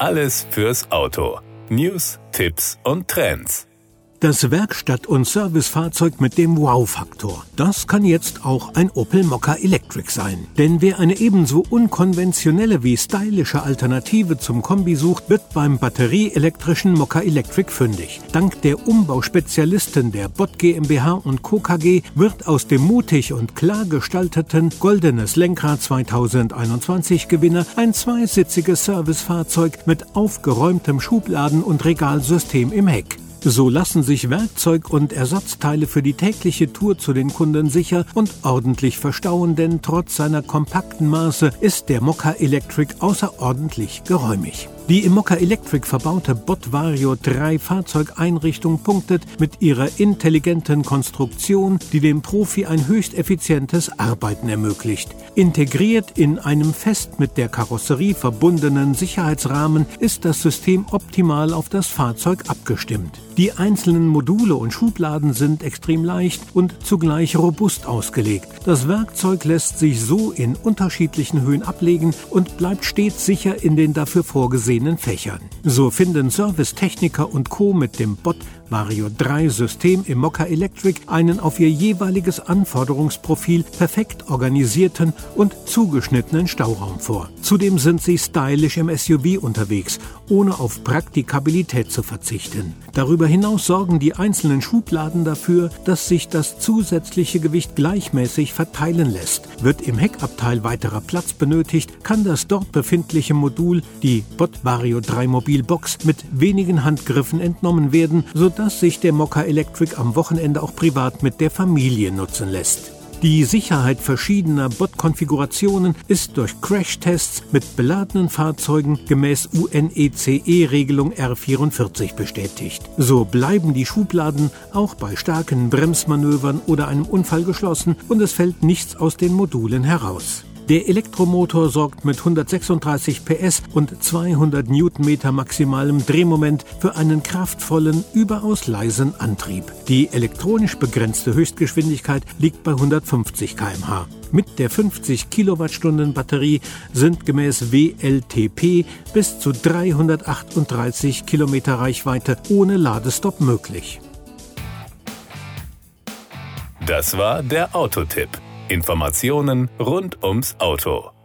Alles fürs Auto. News, Tipps und Trends. Das Werkstatt- und Servicefahrzeug mit dem Wow-Faktor. Das kann jetzt auch ein Opel Mokka Electric sein. Denn wer eine ebenso unkonventionelle wie stylische Alternative zum Kombi sucht, wird beim batterieelektrischen Mokka Electric fündig. Dank der Umbauspezialisten der Bott GmbH und Co. KG wird aus dem mutig und klar gestalteten Goldenes Lenkrad 2021 Gewinner ein zweisitziges Servicefahrzeug mit aufgeräumtem Schubladen- und Regalsystem im Heck. So lassen sich Werkzeug und Ersatzteile für die tägliche Tour zu den Kunden sicher und ordentlich verstauen, denn trotz seiner kompakten Maße ist der Mokka Electric außerordentlich geräumig. Die im Mokka Electric verbaute Bott Vario 3 Fahrzeugeinrichtung punktet mit ihrer intelligenten Konstruktion, die dem Profi ein höchst effizientes Arbeiten ermöglicht. Integriert in einem fest mit der Karosserie verbundenen Sicherheitsrahmen ist das System optimal auf das Fahrzeug abgestimmt. Die einzelnen Module und Schubladen sind extrem leicht und zugleich robust ausgelegt. Das Werkzeug lässt sich so in unterschiedlichen Höhen ablegen und bleibt stets sicher in den dafür vorgesehenen Fächern. So finden Servicetechniker und Co. mit dem Bott Vario 3 System im Mokka Electric einen auf ihr jeweiliges Anforderungsprofil perfekt organisierten und zugeschnittenen Stauraum vor. Zudem sind sie stylisch im SUV unterwegs, ohne auf Praktikabilität zu verzichten. Darüber hinaus sorgen die einzelnen Schubladen dafür, dass sich das zusätzliche Gewicht gleichmäßig verteilen lässt. Wird im Heckabteil weiterer Platz benötigt, kann das dort befindliche Modul, die Bott Vario 3 Mobilbox, mit wenigen Handgriffen entnommen werden, sodass sich der Mokka Electric am Wochenende auch privat mit der Familie nutzen lässt. Die Sicherheit verschiedener Bott-Konfigurationen ist durch Crashtests mit beladenen Fahrzeugen gemäß UNECE-Regelung R44 bestätigt. So bleiben die Schubladen auch bei starken Bremsmanövern oder einem Unfall geschlossen und es fällt nichts aus den Modulen heraus. Der Elektromotor sorgt mit 136 PS und 200 Newtonmeter maximalem Drehmoment für einen kraftvollen, überaus leisen Antrieb. Die elektronisch begrenzte Höchstgeschwindigkeit liegt bei 150 km/h. Mit der 50 Kilowattstunden Batterie sind gemäß WLTP bis zu 338 Kilometer Reichweite ohne Ladestopp möglich. Das war der Autotipp. Informationen rund ums Auto.